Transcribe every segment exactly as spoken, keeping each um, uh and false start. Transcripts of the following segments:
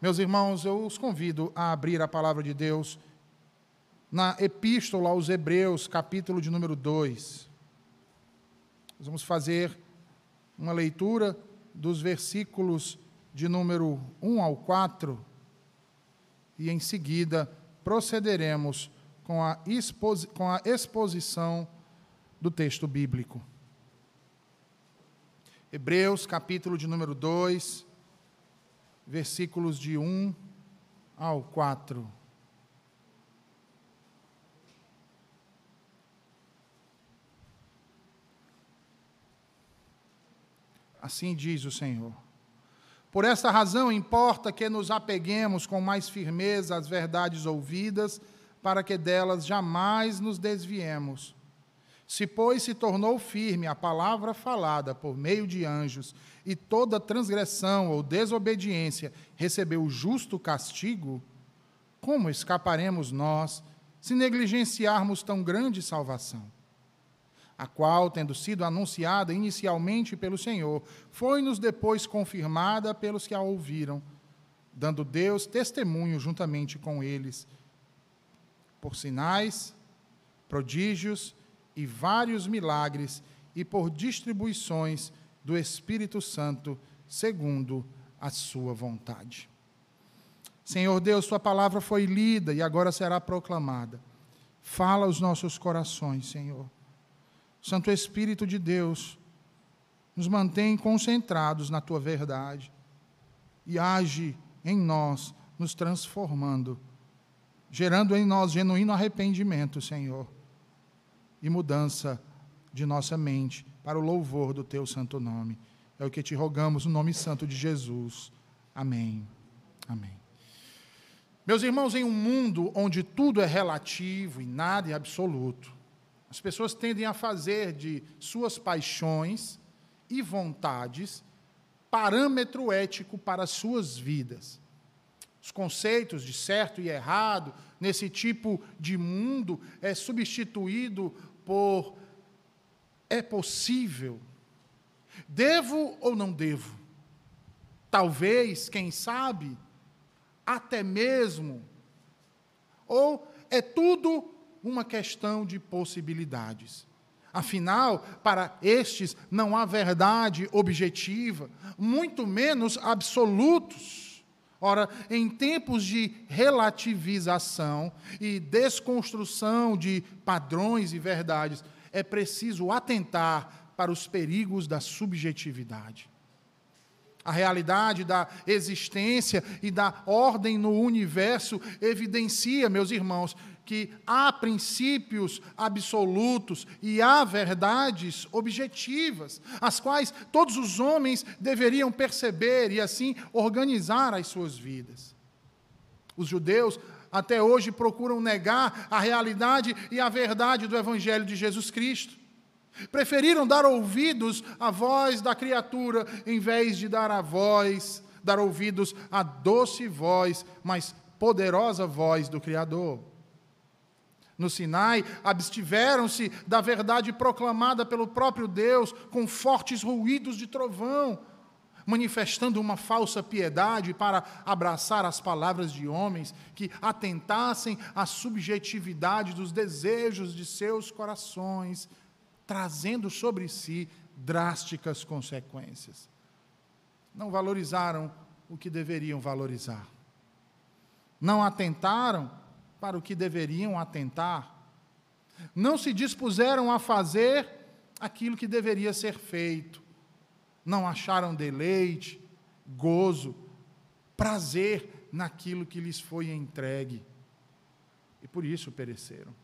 Meus irmãos, eu os convido a abrir a palavra de Deus na Epístola aos Hebreus, capítulo de número dois. Nós vamos fazer uma leitura dos versículos de número um ao quatro e, em seguida, procederemos com a, exposi- com a exposição do texto bíblico. Hebreus, capítulo de número dois, versículos de um ao quatro. Assim diz o Senhor: por esta razão importa que nos apeguemos com mais firmeza às verdades ouvidas, para que delas jamais nos desviemos. Se, pois, se tornou firme a palavra falada por meio de anjos, e toda transgressão ou desobediência recebeu justo castigo, como escaparemos nós, se negligenciarmos tão grande salvação? A qual, tendo sido anunciada inicialmente pelo Senhor, foi-nos depois confirmada pelos que a ouviram, dando Deus testemunho juntamente com eles, por sinais, prodígios e vários milagres, e por distribuições do Espírito Santo, segundo a sua vontade. Senhor Deus, tua palavra foi lida e agora será proclamada. Fala aos nossos corações, Senhor. Santo Espírito de Deus, nos mantém concentrados na tua verdade e age em nós, nos transformando, gerando em nós genuíno arrependimento, Senhor, e mudança de nossa mente para o louvor do teu santo nome. É o que te rogamos no nome santo de Jesus. Amém. Amém. Meus irmãos, em um mundo onde tudo é relativo e nada é absoluto, as pessoas tendem a fazer de suas paixões e vontades parâmetro ético para as suas vidas. Os conceitos de certo e errado nesse tipo de mundo é substituído por é possível, devo ou não devo, talvez, quem sabe, até mesmo, ou é tudo uma questão de possibilidades. Afinal, para estes não há verdade objetiva, muito menos absolutos. Ora, em tempos de relativização e desconstrução de padrões e verdades, é preciso atentar para os perigos da subjetividade. A realidade da existência e da ordem no universo evidencia, meus irmãos, que há princípios absolutos e há verdades objetivas, as quais todos os homens deveriam perceber e assim organizar as suas vidas. Os judeus até hoje procuram negar a realidade e a verdade do Evangelho de Jesus Cristo. Preferiram dar ouvidos à voz da criatura, em vez de dar a voz, dar ouvidos à doce voz, mas poderosa voz do Criador. No Sinai, abstiveram-se da verdade proclamada pelo próprio Deus, com fortes ruídos de trovão, manifestando uma falsa piedade para abraçar as palavras de homens que atentassem à subjetividade dos desejos de seus corações, trazendo sobre si drásticas consequências. Não valorizaram o que deveriam valorizar. Não atentaram para o que deveriam atentar. Não se dispuseram a fazer aquilo que deveria ser feito. Não acharam deleite, gozo, prazer naquilo que lhes foi entregue. E por isso pereceram.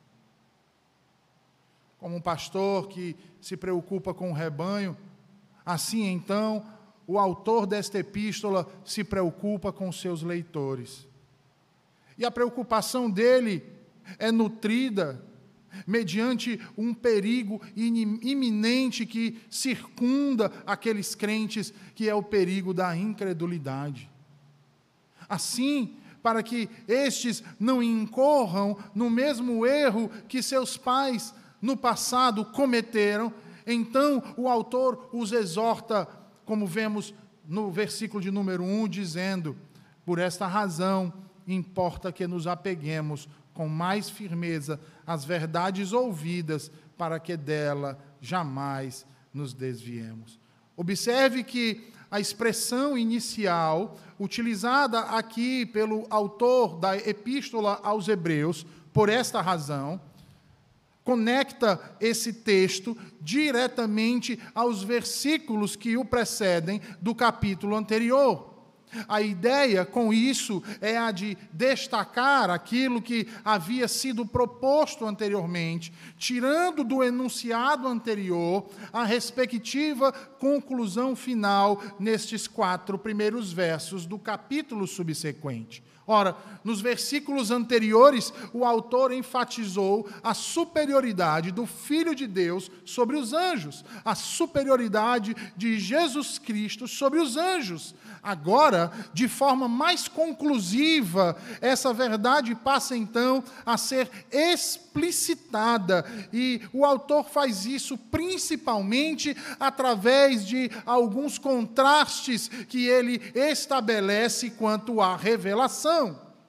Como um pastor que se preocupa com o rebanho, assim então o autor desta epístola se preocupa com seus leitores. E a preocupação dele é nutrida mediante um perigo iminente que circunda aqueles crentes, que é o perigo da incredulidade. Assim, para que estes não incorram no mesmo erro que seus pais no passado cometeram, então o autor os exorta, como vemos no versículo de número um, dizendo: Por esta razão, importa que nos apeguemos com mais firmeza às verdades ouvidas, para que dela jamais nos desviemos. Observe que a expressão inicial, utilizada aqui pelo autor da Epístola aos Hebreus, por esta razão, conecta esse texto diretamente aos versículos que o precedem do capítulo anterior. A ideia com isso é a de destacar aquilo que havia sido proposto anteriormente, tirando do enunciado anterior a respectiva conclusão final nestes quatro primeiros versos do capítulo subsequente. Ora, nos versículos anteriores, o autor enfatizou a superioridade do Filho de Deus sobre os anjos, a superioridade de Jesus Cristo sobre os anjos. Agora, de forma mais conclusiva, essa verdade passa então a ser explicitada, e o autor faz isso principalmente através de alguns contrastes que ele estabelece quanto à revelação.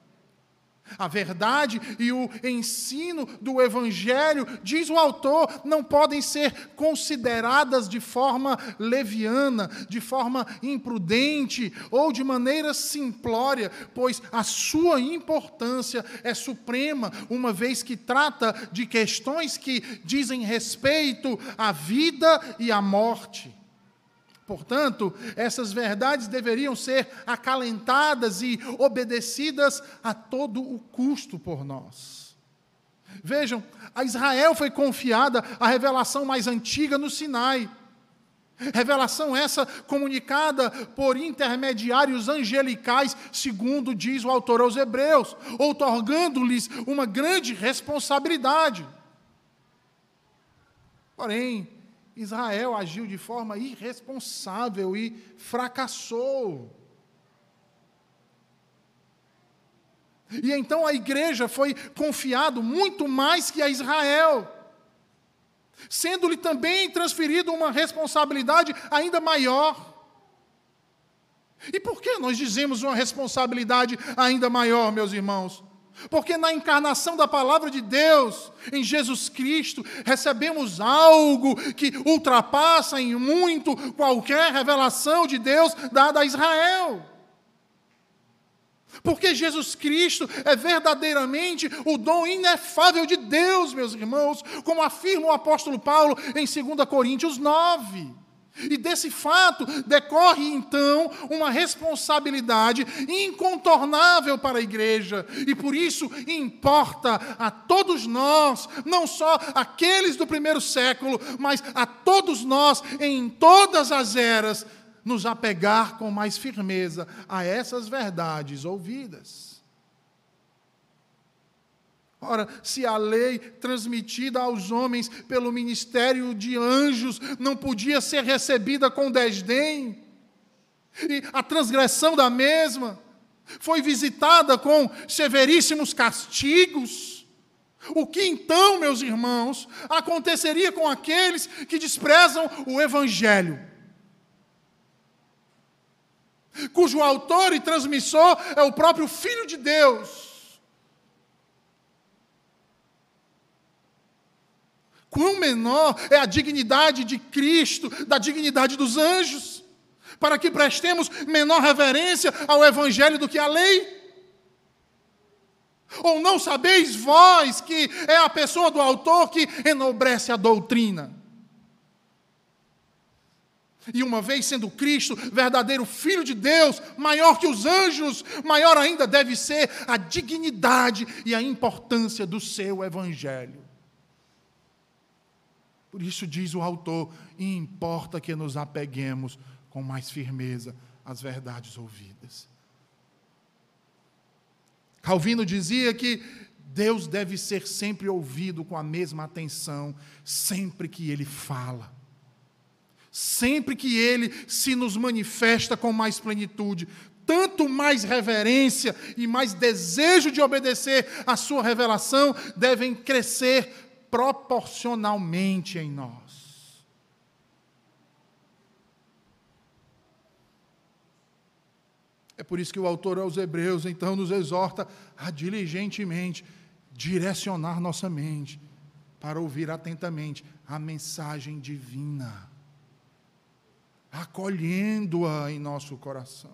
A verdade e o ensino do Evangelho, diz o autor, não podem ser consideradas de forma leviana, de forma imprudente ou de maneira simplória, pois a sua importância é suprema, uma vez que trata de questões que dizem respeito à vida e à morte. Portanto, essas verdades deveriam ser acalentadas e obedecidas a todo o custo por nós. Vejam, a Israel foi confiada a revelação mais antiga no Sinai. Revelação essa comunicada por intermediários angelicais, segundo diz o autor aos Hebreus, outorgando-lhes uma grande responsabilidade. Porém, Israel agiu de forma irresponsável e fracassou. E então a igreja foi confiado muito mais que a Israel, sendo-lhe também transferido uma responsabilidade ainda maior. E por que nós dizemos uma responsabilidade ainda maior, meus irmãos? Porque na encarnação da palavra de Deus, em Jesus Cristo, recebemos algo que ultrapassa em muito qualquer revelação de Deus dada a Israel. Porque Jesus Cristo é verdadeiramente o dom inefável de Deus, meus irmãos, como afirma o apóstolo Paulo em dois Coríntios nove. E desse fato decorre, então, uma responsabilidade incontornável para a igreja. E por isso importa a todos nós, não só aqueles do primeiro século, mas a todos nós, em todas as eras, nos apegar com mais firmeza a essas verdades ouvidas. Ora, se a lei transmitida aos homens pelo ministério de anjos não podia ser recebida com desdém, e a transgressão da mesma foi visitada com severíssimos castigos, o que então, meus irmãos, aconteceria com aqueles que desprezam o Evangelho, cujo autor e transmissor é o próprio Filho de Deus? Quão menor é a dignidade de Cristo da dignidade dos anjos, para que prestemos menor reverência ao Evangelho do que à lei? Ou não sabeis vós que é a pessoa do autor que enobrece a doutrina? E uma vez sendo Cristo verdadeiro Filho de Deus, maior que os anjos, maior ainda deve ser a dignidade e a importância do seu Evangelho. Por isso diz o autor, importa que nos apeguemos com mais firmeza às verdades ouvidas. Calvino dizia que Deus deve ser sempre ouvido com a mesma atenção, sempre que Ele fala. Sempre que Ele se nos manifesta com mais plenitude, tanto mais reverência e mais desejo de obedecer à sua revelação devem crescer proporcionalmente em nós. É por isso que o autor aos Hebreus, então, nos exorta a diligentemente direcionar nossa mente para ouvir atentamente a mensagem divina, acolhendo-a em nosso coração.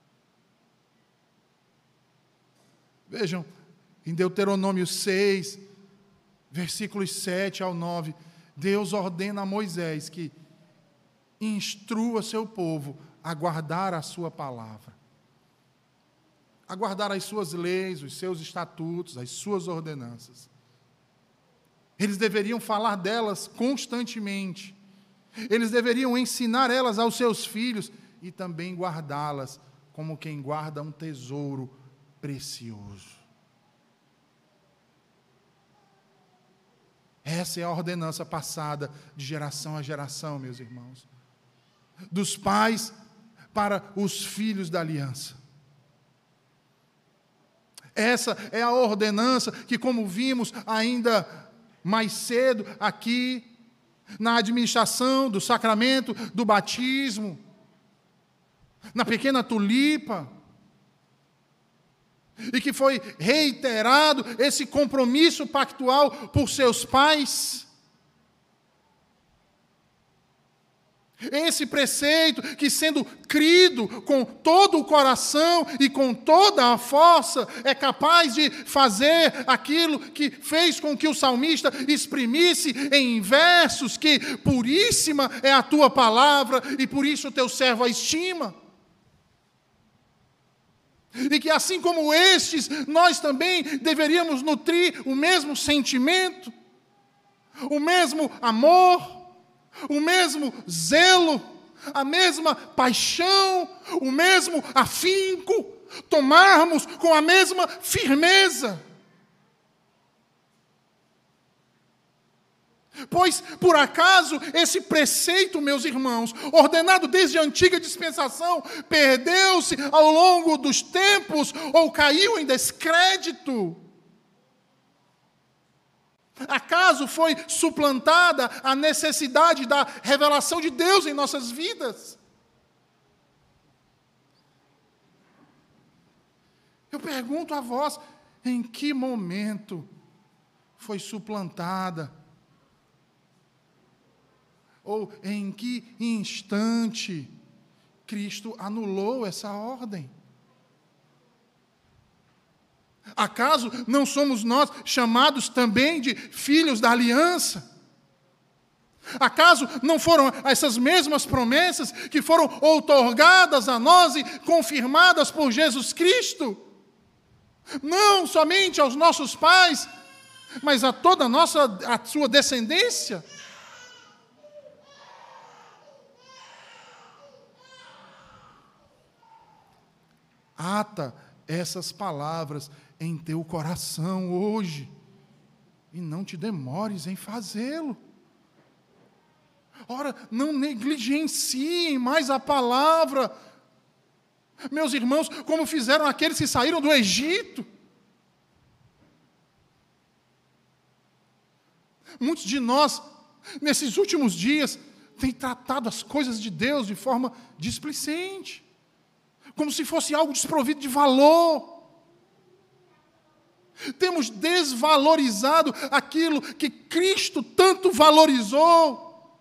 Vejam, em Deuteronômio seis, versículos sete ao nove, Deus ordena a Moisés que instrua seu povo a guardar a sua palavra, a guardar as suas leis, os seus estatutos, as suas ordenanças. Eles deveriam falar delas constantemente. Eles deveriam ensinar elas aos seus filhos e também guardá-las como quem guarda um tesouro precioso. Essa é a ordenança passada de geração a geração, meus irmãos. Dos pais para os filhos da aliança. Essa é a ordenança que, como vimos ainda mais cedo aqui, na administração do sacramento do batismo, na pequena tulipa, e que foi reiterado esse compromisso pactual por seus pais. Esse preceito que, sendo crido com todo o coração e com toda a força, é capaz de fazer aquilo que fez com que o salmista exprimisse em versos que puríssima é a tua palavra e por isso o teu servo a estima. E que assim como estes, nós também deveríamos nutrir o mesmo sentimento, o mesmo amor, o mesmo zelo, a mesma paixão, o mesmo afinco, tomarmos com a mesma firmeza. Pois, por acaso, esse preceito, meus irmãos, ordenado desde a antiga dispensação, perdeu-se ao longo dos tempos ou caiu em descrédito? Acaso foi suplantada a necessidade da revelação de Deus em nossas vidas? Eu pergunto a vós, em que momento foi suplantada? Ou em que instante Cristo anulou essa ordem? Acaso não somos nós chamados também de filhos da aliança? Acaso não foram essas mesmas promessas que foram outorgadas a nós e confirmadas por Jesus Cristo? Não somente aos nossos pais, mas a toda a nossa, a sua descendência? Ata essas palavras em teu coração hoje, e não te demores em fazê-lo. Ora, não negligenciem mais a palavra, meus irmãos, como fizeram aqueles que saíram do Egito. Muitos de nós, nesses últimos dias, têm tratado as coisas de Deus de forma displicente, como se fosse algo desprovido de valor. Temos desvalorizado aquilo que Cristo tanto valorizou.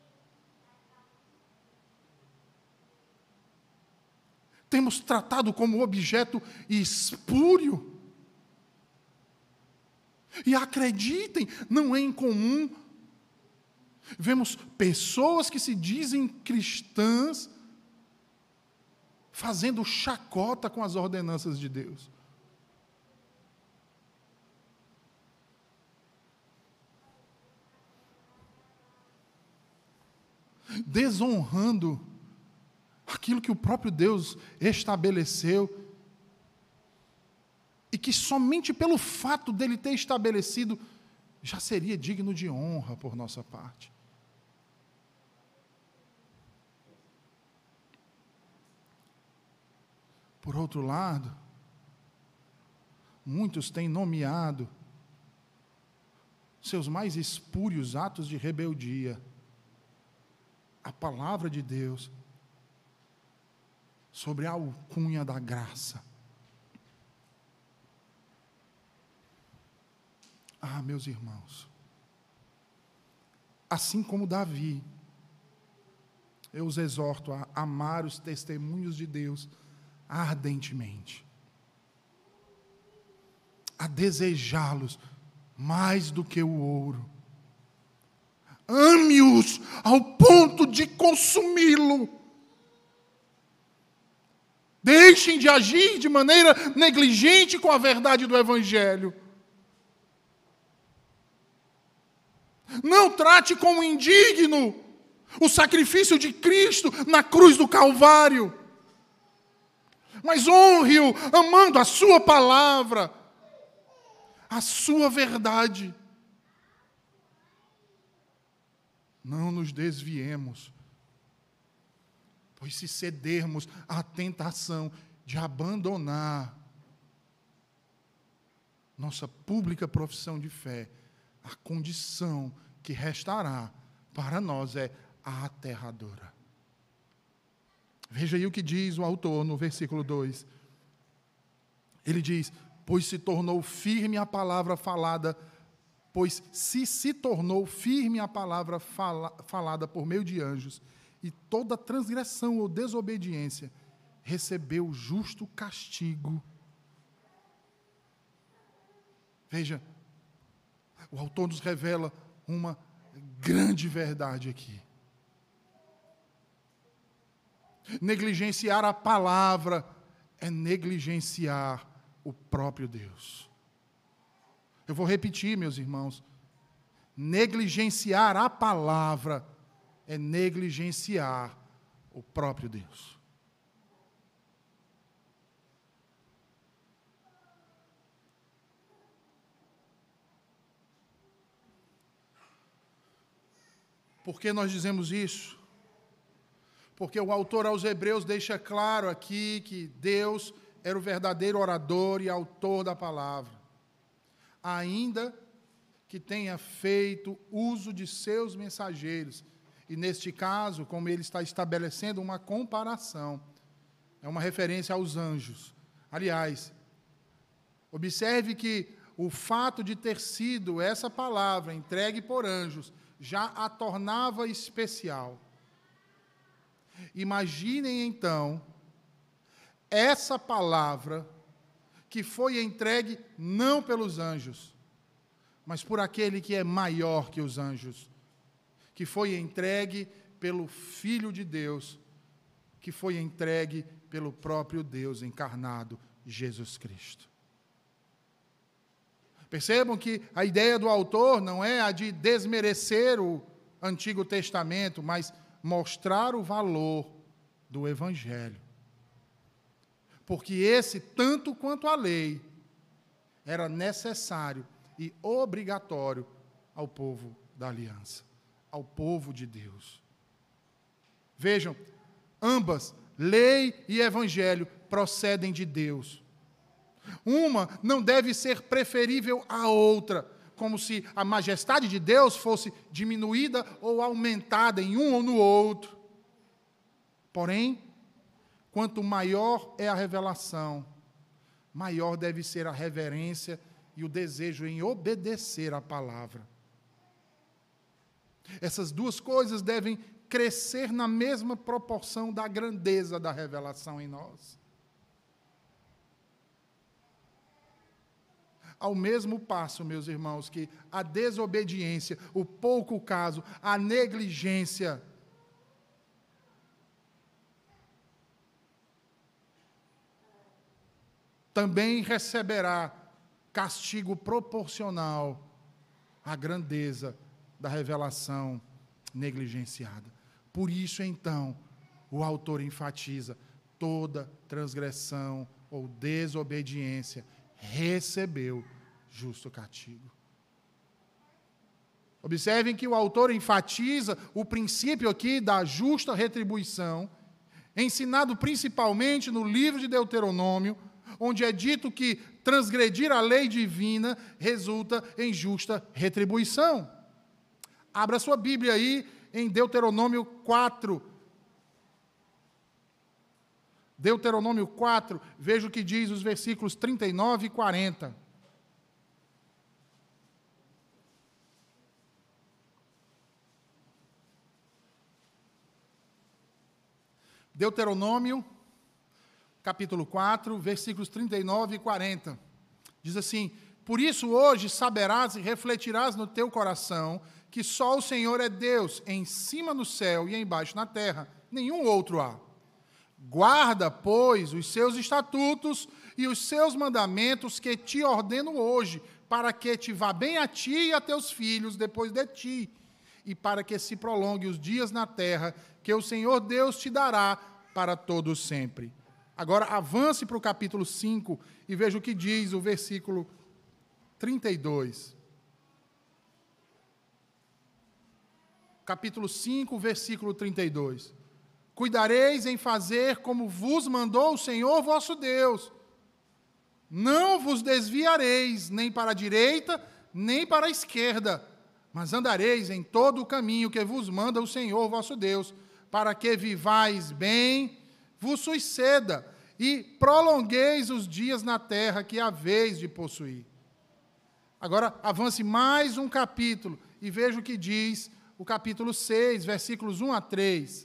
Temos tratado como objeto espúrio. E acreditem, não é incomum. Vemos pessoas que se dizem cristãs fazendo chacota com as ordenanças de Deus. Desonrando aquilo que o próprio Deus estabeleceu e que somente pelo fato dele ter estabelecido já seria digno de honra por nossa parte. Por outro lado, muitos têm nomeado seus mais espúrios atos de rebeldia a palavra de Deus sobre a alcunha da graça. Ah, meus irmãos, assim como Davi, eu os exorto a amar os testemunhos de Deus ardentemente, a desejá-los mais do que o ouro. Ame-os ao ponto de consumi-lo. Deixem de agir de maneira negligente com a verdade do Evangelho. Não trate como indigno o sacrifício de Cristo na cruz do Calvário, mas honre-o amando a sua palavra, a sua verdade. Não nos desviemos, pois se cedermos à tentação de abandonar nossa pública profissão de fé, a condição que restará para nós é aterradora. Veja aí o que diz o autor no versículo dois. Ele diz: pois se tornou firme a palavra falada, pois se se tornou firme a palavra fala, falada por meio de anjos, e toda transgressão ou desobediência recebeu justo castigo. Veja, o autor nos revela uma grande verdade aqui. Negligenciar a palavra é negligenciar o próprio Deus. Eu vou repetir, meus irmãos. Negligenciar a palavra é negligenciar o próprio Deus. Por que nós dizemos isso? Porque o autor aos Hebreus deixa claro aqui que Deus era o verdadeiro orador e autor da palavra, ainda que tenha feito uso de seus mensageiros. E neste caso, como ele está estabelecendo uma comparação, é uma referência aos anjos. Aliás, observe que o fato de ter sido essa palavra entregue por anjos já a tornava especial. Imaginem então essa palavra que foi entregue não pelos anjos, mas por aquele que é maior que os anjos, que foi entregue pelo Filho de Deus, que foi entregue pelo próprio Deus encarnado, Jesus Cristo. Percebam que a ideia do autor não é a de desmerecer o Antigo Testamento, mas mostrar o valor do Evangelho. Porque esse, tanto quanto a lei, era necessário e obrigatório ao povo da aliança, ao povo de Deus. Vejam, ambas, lei e Evangelho, procedem de Deus. Uma não deve ser preferível à outra, como se a majestade de Deus fosse diminuída ou aumentada em um ou no outro. Porém, quanto maior é a revelação, maior deve ser a reverência e o desejo em obedecer à palavra. Essas duas coisas devem crescer na mesma proporção da grandeza da revelação em nós. Ao mesmo passo, meus irmãos, que a desobediência, o pouco caso, a negligência também receberá castigo proporcional à grandeza da revelação negligenciada. Por isso, então, o autor enfatiza: toda transgressão ou desobediência recebeu justo castigo. Observem que o autor enfatiza o princípio aqui da justa retribuição, ensinado principalmente no livro de Deuteronômio, onde é dito que transgredir a lei divina resulta em justa retribuição. Abra sua Bíblia aí em Deuteronômio quatro, Deuteronômio quatro, veja o que diz os versículos trinta e nove e quarenta. Deuteronômio, capítulo quatro, versículos trinta e nove e quarenta. Diz assim: por isso hoje saberás e refletirás no teu coração que só o Senhor é Deus, em cima no céu e embaixo na terra, nenhum outro há. Guarda, pois, os seus estatutos e os seus mandamentos que te ordeno hoje, para que te vá bem a ti e a teus filhos depois de ti, e para que se prolongue os dias na terra, que o Senhor Deus te dará para todo sempre. Agora avance para o capítulo cinco e veja o que diz o versículo trinta e dois. Capítulo cinco, versículo trinta e dois. Cuidareis em fazer como vos mandou o Senhor vosso Deus. Não vos desviareis, nem para a direita, nem para a esquerda, mas andareis em todo o caminho que vos manda o Senhor vosso Deus, para que vivais bem, vos suceda, e prolongueis os dias na terra que haveis de possuir. Agora, avance mais um capítulo, e veja o que diz o capítulo seis, versículos um a três.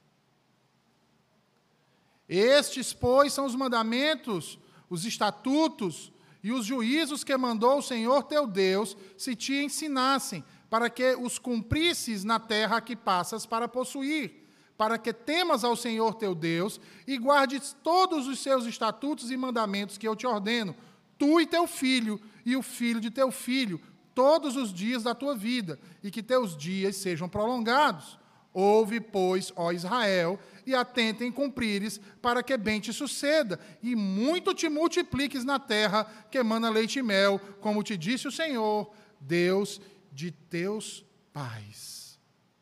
Estes, pois, são os mandamentos, os estatutos e os juízos que mandou o Senhor teu Deus, se te ensinassem, para que os cumprisses na terra que passas para possuir, para que temas ao Senhor teu Deus e guardes todos os seus estatutos e mandamentos que eu te ordeno, tu e teu filho, e o filho de teu filho, todos os dias da tua vida, e que teus dias sejam prolongados. Ouve, pois, ó Israel, e atenta em cumprires, para que bem te suceda, e muito te multipliques na terra que emana leite e mel, como te disse o Senhor, Deus de teus pais.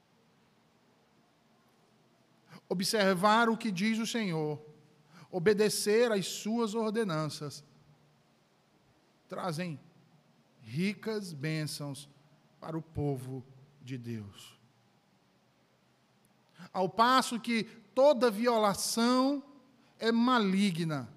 Observar o que diz o Senhor, obedecer às suas ordenanças, trazem ricas bênçãos para o povo de Deus. Ao passo que toda violação é maligna,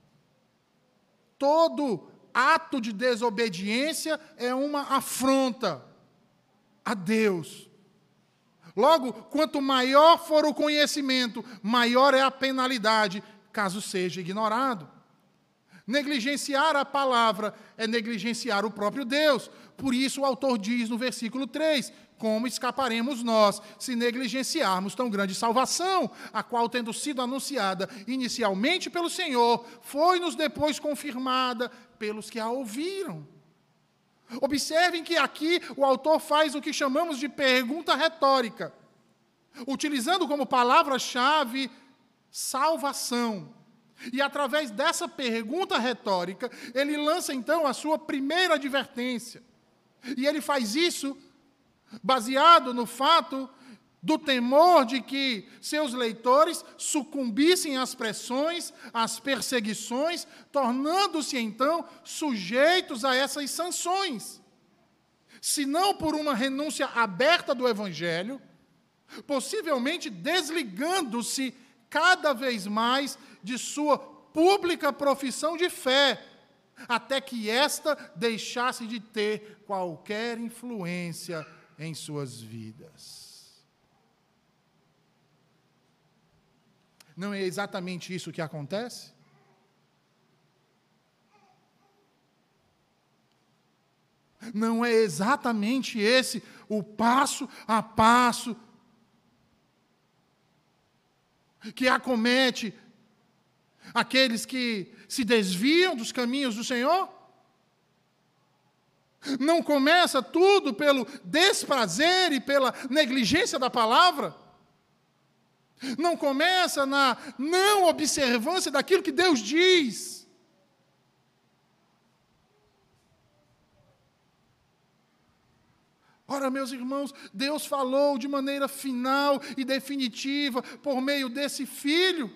todo ato de desobediência é uma afronta a Deus. Logo, quanto maior for o conhecimento, maior é a penalidade, caso seja ignorado. Negligenciar a palavra é negligenciar o próprio Deus. Por isso o autor diz no versículo três, como escaparemos nós se negligenciarmos tão grande salvação, a qual, tendo sido anunciada inicialmente pelo Senhor, foi-nos depois confirmada pelos que a ouviram. Observem que aqui o autor faz o que chamamos de pergunta retórica, utilizando como palavra-chave salvação. E através dessa pergunta retórica, ele lança então a sua primeira advertência. E ele faz isso baseado no fato do temor de que seus leitores sucumbissem às pressões, às perseguições, tornando-se então sujeitos a essas sanções. Se não por uma renúncia aberta do Evangelho, possivelmente desligando-se cada vez mais de sua pública profissão de fé, até que esta deixasse de ter qualquer influência em suas vidas. Não é exatamente isso que acontece? Não é exatamente esse o passo a passo que acomete aqueles que se desviam dos caminhos do Senhor? Não começa tudo pelo desprazer e pela negligência da palavra? Não começa na não observância daquilo que Deus diz? Ora, meus irmãos, Deus falou de maneira final e definitiva por meio desse Filho.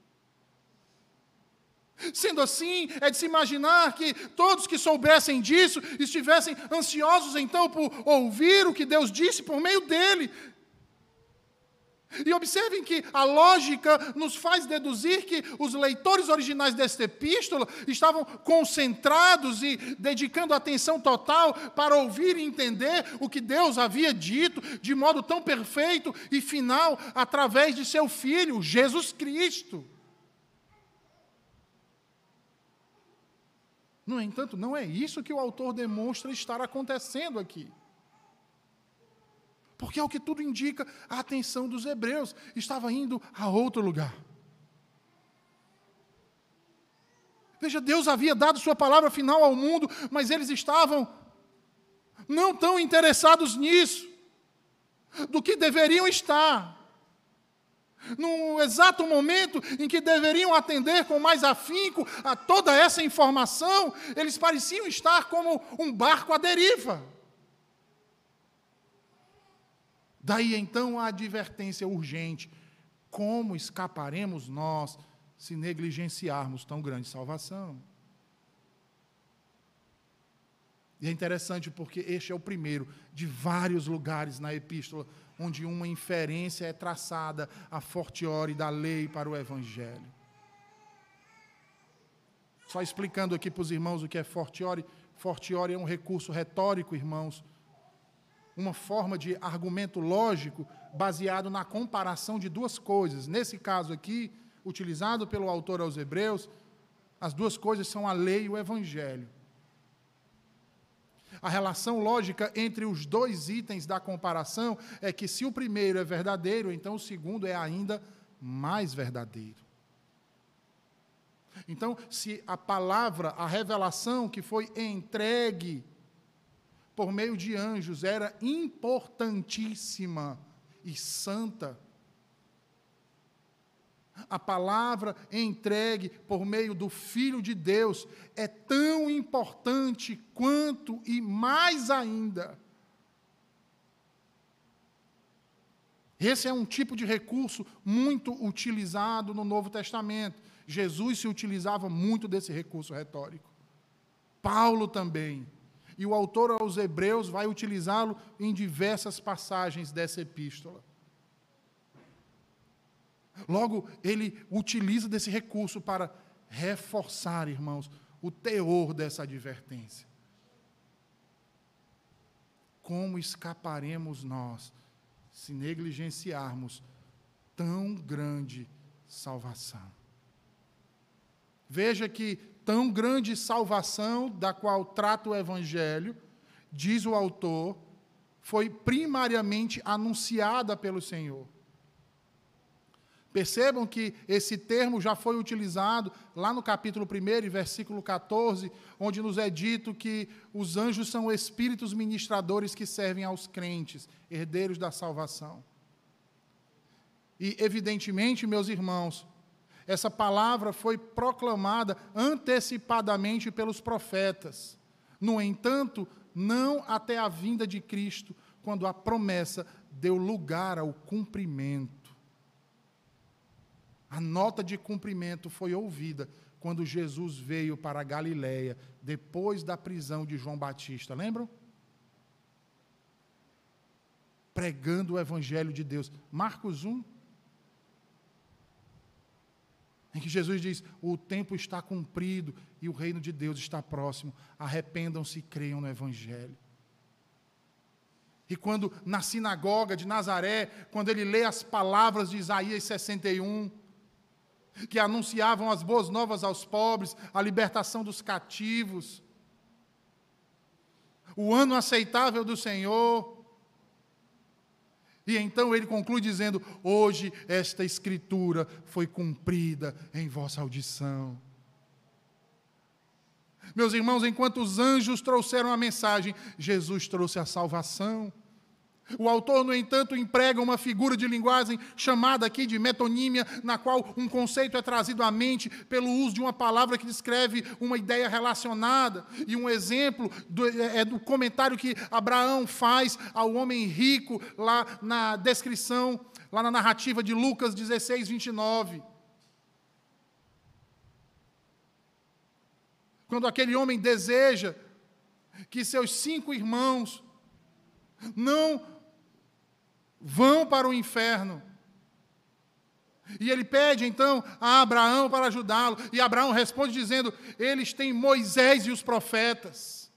Sendo assim, é de se imaginar que todos que soubessem disso estivessem ansiosos então por ouvir o que Deus disse por meio dele. E observem que a lógica nos faz deduzir que os leitores originais desta epístola estavam concentrados e dedicando atenção total para ouvir e entender o que Deus havia dito de modo tão perfeito e final através de seu Filho, Jesus Cristo. No entanto, não é isso que o autor demonstra estar acontecendo aqui. Porque, ao que tudo indica, a atenção dos hebreus estava indo a outro lugar. Veja, Deus havia dado sua palavra final ao mundo, mas eles estavam não tão interessados nisso, do que deveriam estar. No exato momento em que deveriam atender com mais afinco a toda essa informação, eles pareciam estar como um barco à deriva. Daí então a advertência urgente: como escaparemos nós se negligenciarmos tão grande salvação? E é interessante porque este é o primeiro de vários lugares na epístola onde uma inferência é traçada a fortiori da lei para o Evangelho. Só explicando aqui para os irmãos o que é fortiori. Fortiori é um recurso retórico, irmãos, uma forma de argumento lógico baseado na comparação de duas coisas. Nesse caso aqui, utilizado pelo autor aos Hebreus, as duas coisas são a lei e o Evangelho. A relação lógica entre os dois itens da comparação é que, se o primeiro é verdadeiro, então o segundo é ainda mais verdadeiro. Então, se a palavra, a revelação que foi entregue por meio de anjos era importantíssima e santa, a palavra entregue por meio do Filho de Deus é tão importante quanto e mais ainda. Esse é um tipo de recurso muito utilizado no Novo Testamento. Jesus se utilizava muito desse recurso retórico. Paulo também. E o autor aos Hebreus vai utilizá-lo em diversas passagens dessa epístola. Logo, ele utiliza desse recurso para reforçar, irmãos, o teor dessa advertência. Como escaparemos nós se negligenciarmos tão grande salvação? Veja que tão grande salvação, da qual trata o Evangelho, diz o autor, foi primariamente anunciada pelo Senhor. Percebam que esse termo já foi utilizado lá no capítulo primeiro, e versículo catorze, onde nos é dito que os anjos são espíritos ministradores que servem aos crentes, herdeiros da salvação. E, evidentemente, meus irmãos, essa palavra foi proclamada antecipadamente pelos profetas. No entanto, não até a vinda de Cristo, quando a promessa deu lugar ao cumprimento. A nota de cumprimento foi ouvida quando Jesus veio para a Galileia, depois da prisão de João Batista. Lembram? Pregando o Evangelho de Deus. Marcos um. Em que Jesus diz: o tempo está cumprido e o reino de Deus está próximo. Arrependam-se e creiam no Evangelho. E quando na sinagoga de Nazaré, quando ele lê as palavras de Isaías sessenta e um, que anunciavam as boas novas aos pobres, a libertação dos cativos, o ano aceitável do Senhor. E então ele conclui dizendo: hoje esta escritura foi cumprida em vossa audição. Meus irmãos, enquanto os anjos trouxeram a mensagem, Jesus trouxe a salvação. O autor, no entanto, emprega uma figura de linguagem chamada aqui de metonímia, na qual um conceito é trazido à mente pelo uso de uma palavra que descreve uma ideia relacionada. E um exemplo do, é do comentário que Abraão faz ao homem rico, lá na descrição, lá na narrativa de Lucas dezesseis, vinte e nove. Quando aquele homem deseja que seus cinco irmãos não vão para o inferno, E ele pede então a Abraão para ajudá-lo. E Abraão responde dizendo: eles têm Moisés e os profetas.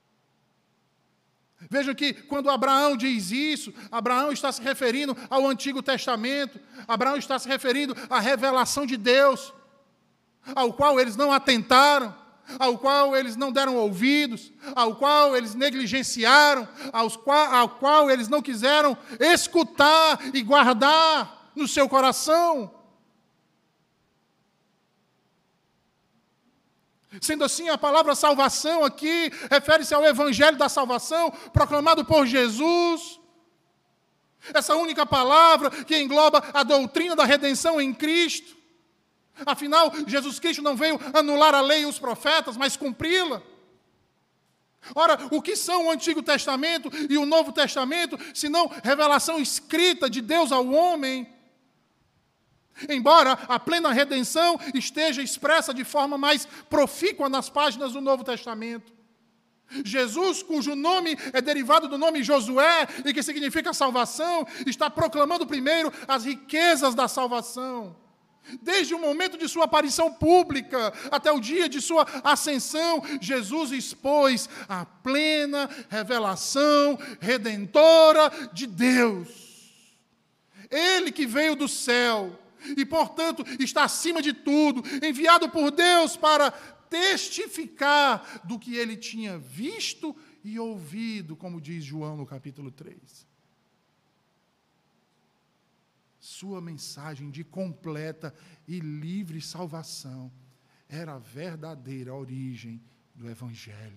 Vejam que quando Abraão diz isso, Abraão está se referindo ao Antigo Testamento. Abraão está se referindo à revelação de Deus, ao qual eles não atentaram, ao qual eles não deram ouvidos, ao qual eles negligenciaram, aos qual, ao qual eles não quiseram escutar e guardar no seu coração. Sendo assim, a palavra salvação aqui refere-se ao evangelho da salvação proclamado por Jesus. Essa única palavra que engloba a doutrina da redenção em Cristo. Afinal, Jesus Cristo não veio anular a lei e os profetas, mas cumpri-la. Ora, o que são o Antigo Testamento e o Novo Testamento, senão revelação escrita de Deus ao homem? Embora a plena redenção esteja expressa de forma mais profícua nas páginas do Novo Testamento. Jesus, cujo nome é derivado do nome Josué, e que significa salvação, está proclamando primeiro as riquezas da salvação. Desde o momento de sua aparição pública até o dia de sua ascensão, Jesus expôs a plena revelação redentora de Deus. Ele que veio do céu e, portanto, está acima de tudo, enviado por Deus para testificar do que ele tinha visto e ouvido, como diz João no capítulo três. Sua mensagem de completa e livre salvação era a verdadeira origem do Evangelho.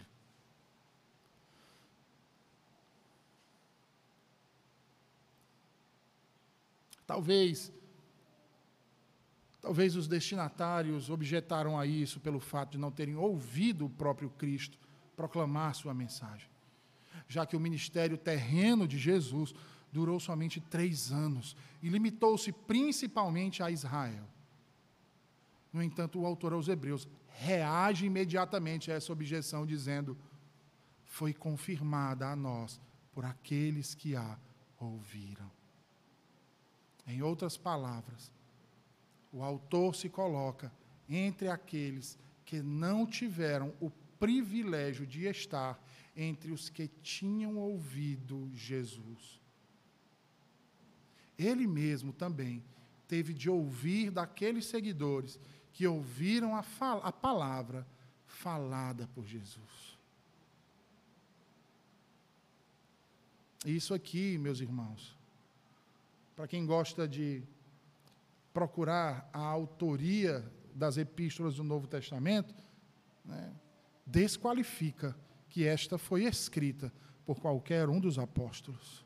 Talvez, talvez os destinatários objetaram a isso pelo fato de não terem ouvido o próprio Cristo proclamar sua mensagem, já que o ministério terreno de Jesus durou somente três anos e limitou-se principalmente a Israel. No entanto, o autor aos Hebreus reage imediatamente a essa objeção, dizendo: foi confirmada a nós por aqueles que a ouviram. Em outras palavras, o autor se coloca entre aqueles que não tiveram o privilégio de estar entre os que tinham ouvido Jesus. Ele mesmo também teve de ouvir daqueles seguidores que ouviram a, fal- a palavra falada por Jesus. Isso aqui, meus irmãos, para quem gosta de procurar a autoria das epístolas do Novo Testamento, né, desqualifica que esta foi escrita por qualquer um dos apóstolos.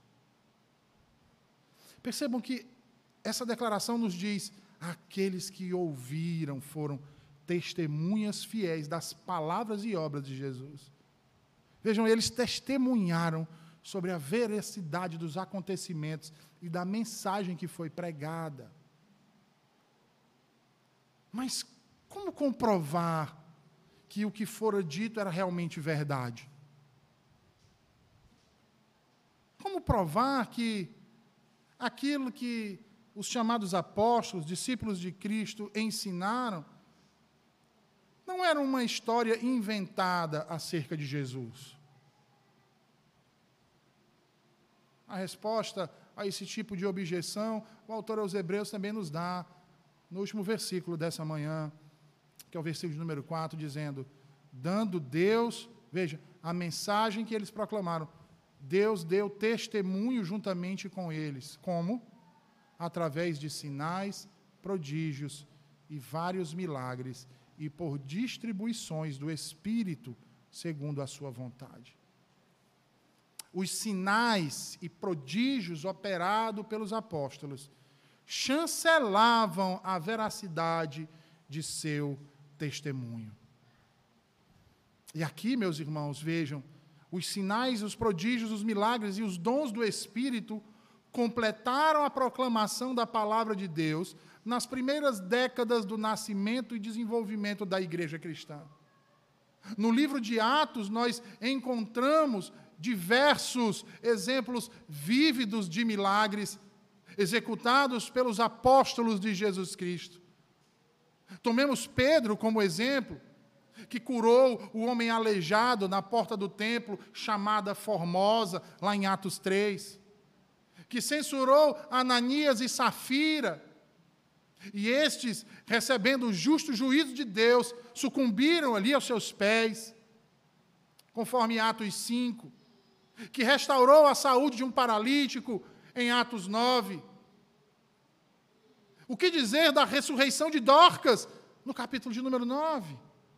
Percebam que essa declaração nos diz: aqueles que ouviram foram testemunhas fiéis das palavras e obras de Jesus. Vejam, eles testemunharam sobre a veracidade dos acontecimentos e da mensagem que foi pregada. Mas como comprovar que o que fora dito era realmente verdade? Como provar que aquilo que os chamados apóstolos, discípulos de Cristo, ensinaram, não era uma história inventada acerca de Jesus? A resposta a esse tipo de objeção, o autor aos Hebreus também nos dá, no último versículo dessa manhã, que é o versículo de número quatro, dizendo: dando Deus, veja, a mensagem que eles proclamaram, Deus deu testemunho juntamente com eles. Como? Através de sinais, prodígios e vários milagres, e por distribuições do Espírito, segundo a sua vontade. Os sinais e prodígios operados pelos apóstolos chancelavam a veracidade de seu testemunho. E aqui, meus irmãos, vejam, os sinais, os prodígios, os milagres e os dons do Espírito completaram a proclamação da palavra de Deus nas primeiras décadas do nascimento e desenvolvimento da igreja cristã. No livro de Atos, nós encontramos diversos exemplos vívidos de milagres, executados pelos apóstolos de Jesus Cristo. Tomemos Pedro como exemplo, que curou o homem aleijado na porta do templo, chamada Formosa, lá em Atos três, que censurou Ananias e Safira, e estes, recebendo o justo juízo de Deus, sucumbiram ali aos seus pés, conforme Atos cinco, que restaurou a saúde de um paralítico em Atos nove. O que dizer da ressurreição de Dorcas, no capítulo de número nove?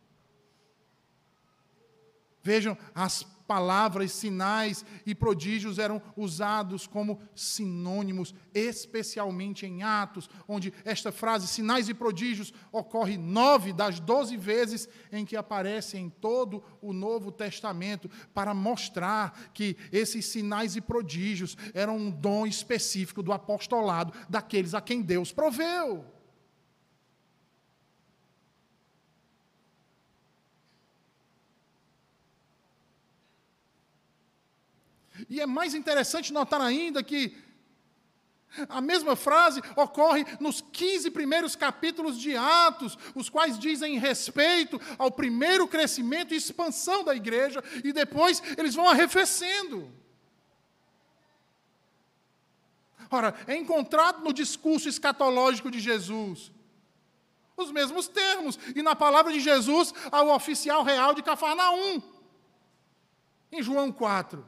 Vejam, as palavras, sinais e prodígios eram usados como sinônimos, especialmente em Atos, onde esta frase, sinais e prodígios, ocorre nove das doze vezes em que aparece em todo o Novo Testamento, para mostrar que esses sinais e prodígios eram um dom específico do apostolado, daqueles a quem Deus proveu. E é mais interessante notar ainda que a mesma frase ocorre nos quinze primeiros capítulos de Atos, os quais dizem respeito ao primeiro crescimento e expansão da igreja, e depois eles vão arrefecendo. Ora, é encontrado no discurso escatológico de Jesus os mesmos termos, e na palavra de Jesus ao oficial real de Cafarnaum, em João quatro.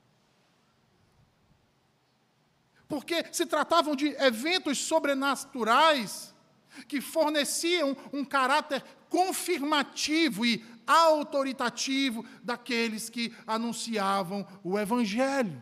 Porque se tratavam de eventos sobrenaturais que forneciam um caráter confirmativo e autoritativo daqueles que anunciavam o Evangelho.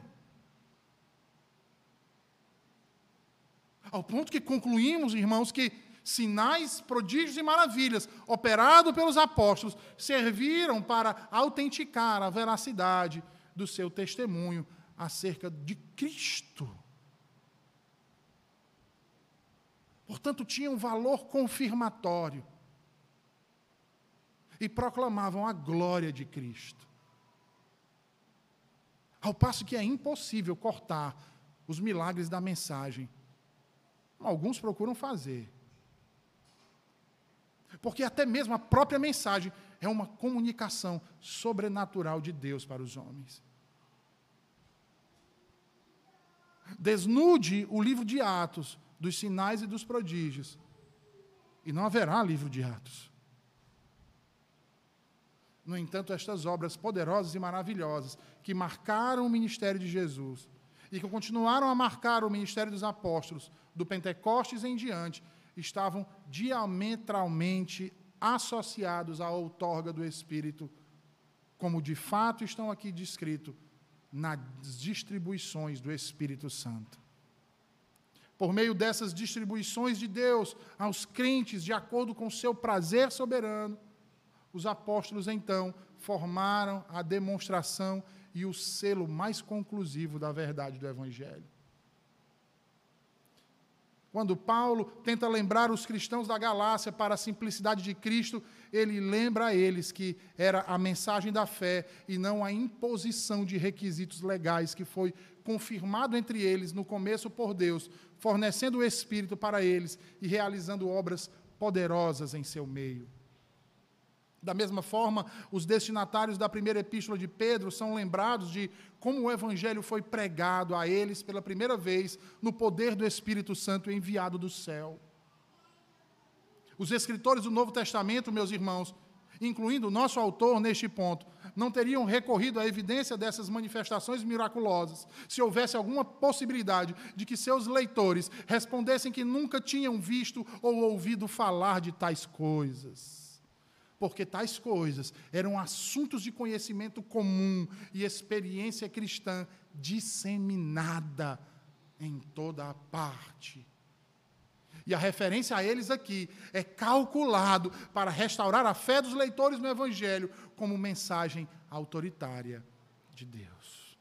Ao ponto que concluímos, irmãos, que sinais, prodígios e maravilhas operados pelos apóstolos serviram para autenticar a veracidade do seu testemunho acerca de Cristo. Portanto, tinham um valor confirmatório e proclamavam a glória de Cristo. Ao passo que é impossível cortar os milagres da mensagem. Alguns procuram fazer. Porque até mesmo a própria mensagem é uma comunicação sobrenatural de Deus para os homens. Desnude o livro de Atos dos sinais e dos prodígios, e não haverá livro de Atos. No entanto, estas obras poderosas e maravilhosas, que marcaram o ministério de Jesus, e que continuaram a marcar o ministério dos apóstolos, do Pentecostes em diante, estavam diametralmente associados à outorga do Espírito, como de fato estão aqui descritos nas distribuições do Espírito Santo. Por meio dessas distribuições de Deus aos crentes, de acordo com o seu prazer soberano, os apóstolos, então, formaram a demonstração e o selo mais conclusivo da verdade do Evangelho. Quando Paulo tenta lembrar os cristãos da Galácia para a simplicidade de Cristo, ele lembra a eles que era a mensagem da fé e não a imposição de requisitos legais que foi confirmado entre eles no começo por Deus, fornecendo o Espírito para eles e realizando obras poderosas em seu meio. Da mesma forma, os destinatários da primeira epístola de Pedro são lembrados de como o Evangelho foi pregado a eles pela primeira vez no poder do Espírito Santo enviado do céu. Os escritores do Novo Testamento, meus irmãos, incluindo o nosso autor neste ponto, não teriam recorrido à evidência dessas manifestações miraculosas se houvesse alguma possibilidade de que seus leitores respondessem que nunca tinham visto ou ouvido falar de tais coisas. Porque tais coisas eram assuntos de conhecimento comum e experiência cristã disseminada em toda a parte. E a referência a eles aqui é calculado para restaurar a fé dos leitores no Evangelho como mensagem autoritária de Deus.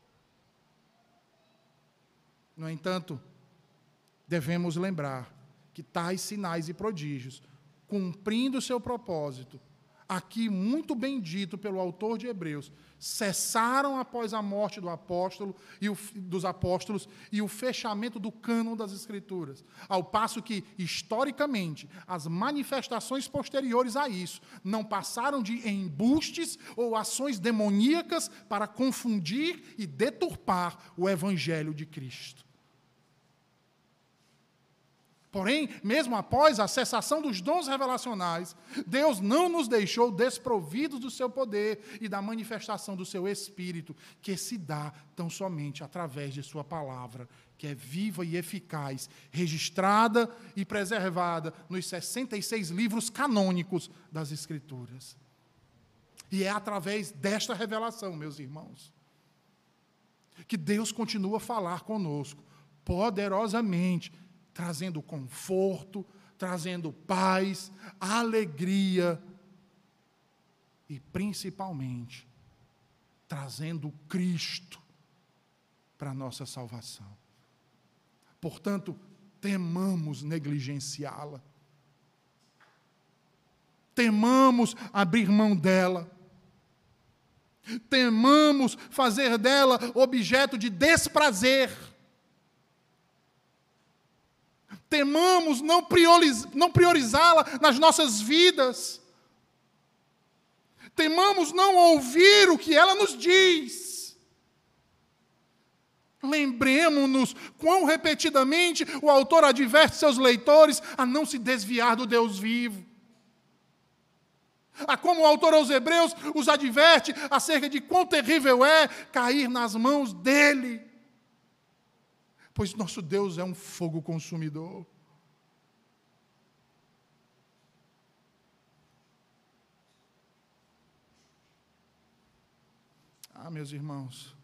No entanto, devemos lembrar que tais sinais e prodígios, cumprindo o seu propósito, aqui muito bem dito pelo autor de Hebreus, cessaram após a morte do apóstolo e o, dos apóstolos e o fechamento do cânon das Escrituras. Ao passo que, historicamente, as manifestações posteriores a isso não passaram de embustes ou ações demoníacas para confundir e deturpar o Evangelho de Cristo. Porém, mesmo após a cessação dos dons revelacionais, Deus não nos deixou desprovidos do seu poder e da manifestação do seu Espírito, que se dá tão somente através de sua palavra, que é viva e eficaz, registrada e preservada nos sessenta e seis livros canônicos das Escrituras. E é através desta revelação, meus irmãos, que Deus continua a falar conosco, poderosamente, trazendo conforto, trazendo paz, alegria e, principalmente, trazendo Cristo para a nossa salvação. Portanto, temamos negligenciá-la. Temamos abrir mão dela. Temamos fazer dela objeto de desprazer. Temamos não prioriz- não priorizá-la nas nossas vidas. Temamos não ouvir o que ela nos diz. Lembremos-nos quão repetidamente o autor adverte seus leitores a não se desviar do Deus vivo. A como o autor aos Hebreus os adverte acerca de quão terrível é cair nas mãos dele. Pois nosso Deus é um fogo consumidor. Ah, meus irmãos,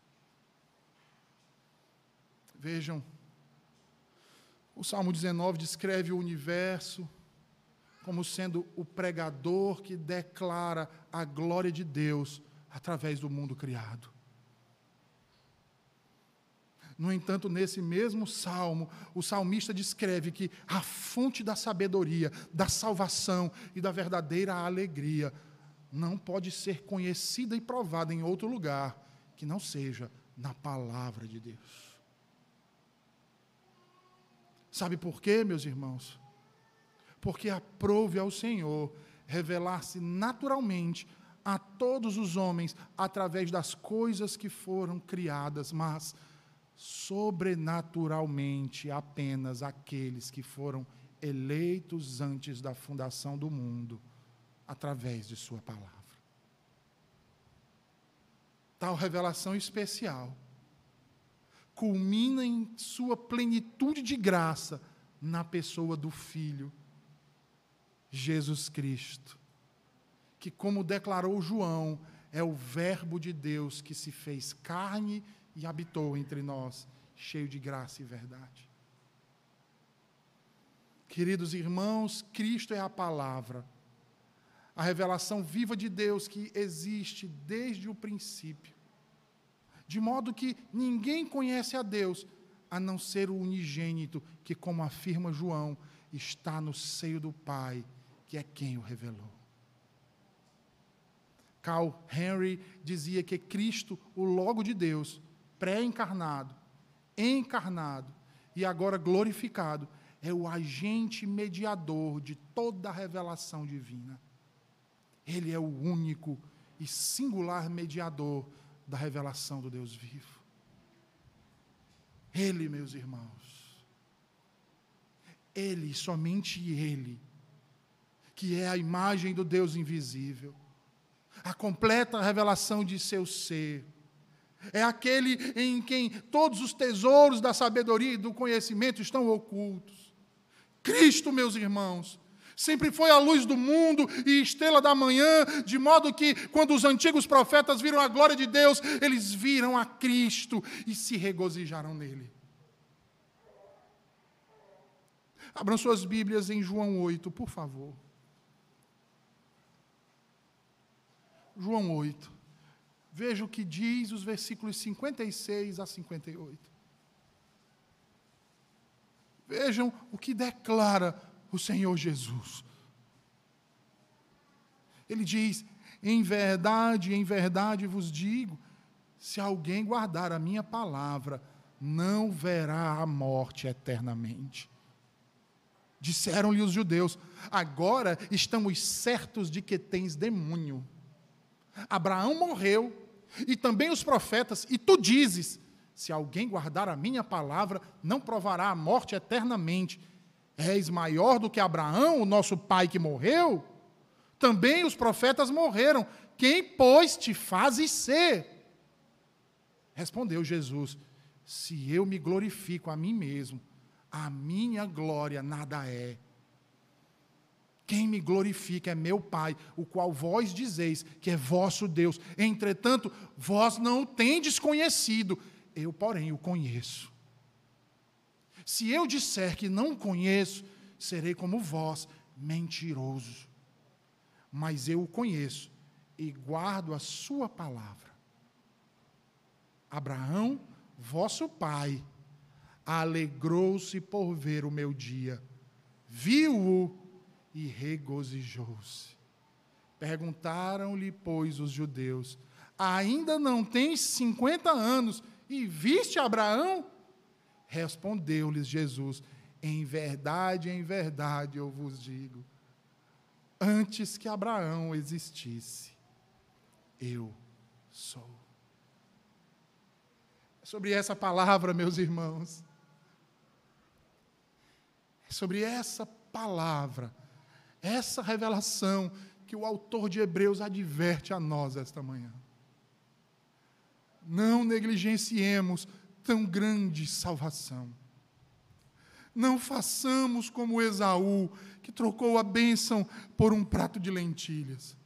vejam, o Salmo dezenove descreve o universo como sendo o pregador que declara a glória de Deus através do mundo criado. No entanto, nesse mesmo salmo, o salmista descreve que a fonte da sabedoria, da salvação e da verdadeira alegria não pode ser conhecida e provada em outro lugar que não seja na palavra de Deus. Sabe por quê, meus irmãos? Porque aprove ao Senhor revelar-se naturalmente a todos os homens através das coisas que foram criadas, mas sobrenaturalmente apenas aqueles que foram eleitos antes da fundação do mundo, através de sua palavra. Tal revelação especial culmina em sua plenitude de graça na pessoa do Filho, Jesus Cristo, que, como declarou João, é o Verbo de Deus que se fez carne e habitou entre nós, cheio de graça e verdade. Queridos irmãos, Cristo é a palavra, a revelação viva de Deus que existe desde o princípio, de modo que ninguém conhece a Deus, a não ser o unigênito, que, como afirma João, está no seio do Pai, que é quem o revelou. Carl Henry dizia que Cristo, o Logo de Deus, pré-encarnado, encarnado e agora glorificado, é o agente mediador de toda a revelação divina. Ele é o único e singular mediador da revelação do Deus vivo. Ele, meus irmãos, Ele, somente Ele, que é a imagem do Deus invisível, a completa revelação de seu ser, é aquele em quem todos os tesouros da sabedoria e do conhecimento estão ocultos. Cristo, meus irmãos, sempre foi a luz do mundo e estrela da manhã, de modo que, quando os antigos profetas viram a glória de Deus, eles viram a Cristo e se regozijaram nele. Abram suas Bíblias em João oito, por favor. João oito. Veja o que diz os versículos cinquenta e seis a cinquenta e oito. Vejam o que declara o Senhor Jesus. Ele diz: em verdade, em verdade vos digo, se alguém guardar a minha palavra, não verá a morte eternamente. Disseram-lhe os judeus: agora estamos certos de que tens demônio. Abraão morreu, e também os profetas, e tu dizes: se alguém guardar a minha palavra, não provará a morte eternamente. És maior do que Abraão, o nosso pai que morreu? Também os profetas morreram. Quem, pois, te fazes ser? Respondeu Jesus: se eu me glorifico a mim mesmo, a minha glória nada é. Quem me glorifica é meu Pai, o qual vós dizeis que é vosso Deus. Entretanto, vós não o tendes conhecido, eu, porém, o conheço. Se eu disser que não o conheço, serei como vós, mentiroso. Mas eu o conheço e guardo a sua palavra. Abraão, vosso pai, alegrou-se por ver o meu dia, viu-o e regozijou-se. Perguntaram-lhe, pois, os judeus: ainda não tens cinquenta anos e viste Abraão? Respondeu-lhes Jesus: em verdade, em verdade eu vos digo, antes que Abraão existisse, eu sou. É sobre essa palavra, meus irmãos, é sobre essa palavra, essa revelação que o autor de Hebreus adverte a nós esta manhã. Não negligenciemos tão grande salvação. Não façamos como Esaú, que trocou a bênção por um prato de lentilhas.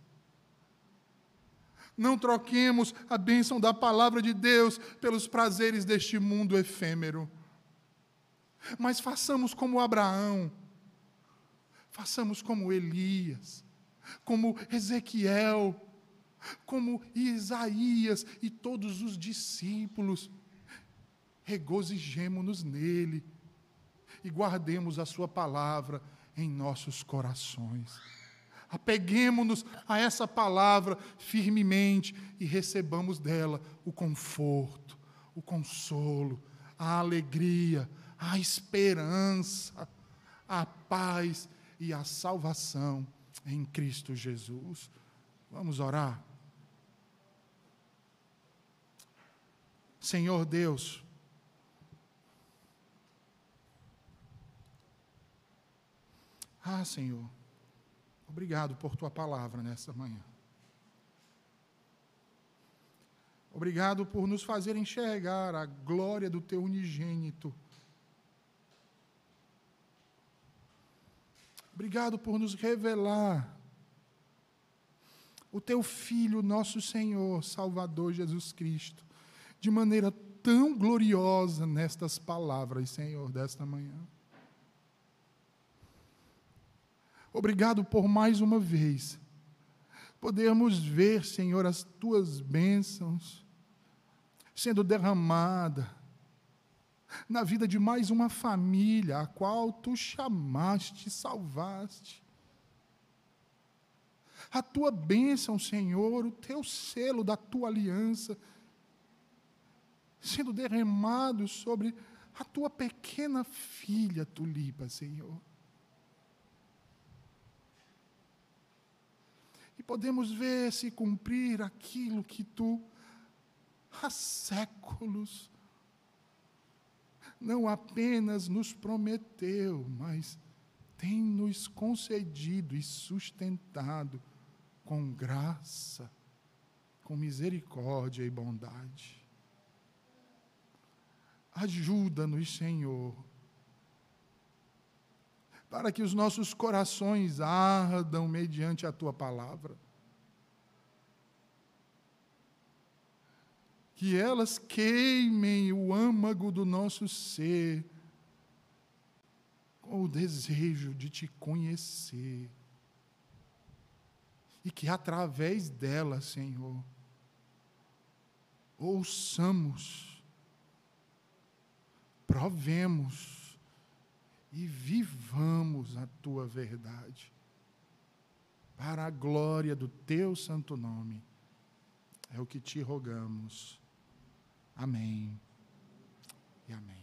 Não troquemos a bênção da palavra de Deus pelos prazeres deste mundo efêmero. Mas façamos como Abraão, façamos como Elias, como Ezequiel, como Isaías e todos os discípulos. Regozijemo-nos nele e guardemos a sua palavra em nossos corações. Apeguemo-nos a essa palavra firmemente e recebamos dela o conforto, o consolo, a alegria, a esperança, a paz e a salvação em Cristo Jesus. Vamos orar? Senhor Deus, ah, Senhor, obrigado por tua palavra nessa manhã. Obrigado por nos fazer enxergar a glória do teu unigênito. Obrigado por nos revelar o teu Filho, nosso Senhor, Salvador Jesus Cristo, de maneira tão gloriosa nestas palavras, Senhor, desta manhã. Obrigado por mais uma vez podermos ver, Senhor, as tuas bênçãos sendo derramada na vida de mais uma família, a qual tu chamaste, salvaste. A tua bênção, Senhor, o teu selo da tua aliança, sendo derramado sobre a tua pequena filha Tulipa, Senhor. E podemos ver se cumprir aquilo que tu, há séculos, não apenas nos prometeu, mas tem nos concedido e sustentado com graça, com misericórdia e bondade. Ajuda-nos, Senhor, para que os nossos corações ardam mediante a tua palavra. Que elas queimem o âmago do nosso ser, com o desejo de te conhecer. E que através delas, Senhor, ouçamos, provemos e vivamos a tua verdade, para a glória do teu santo nome. É o que te rogamos. Amém e amém.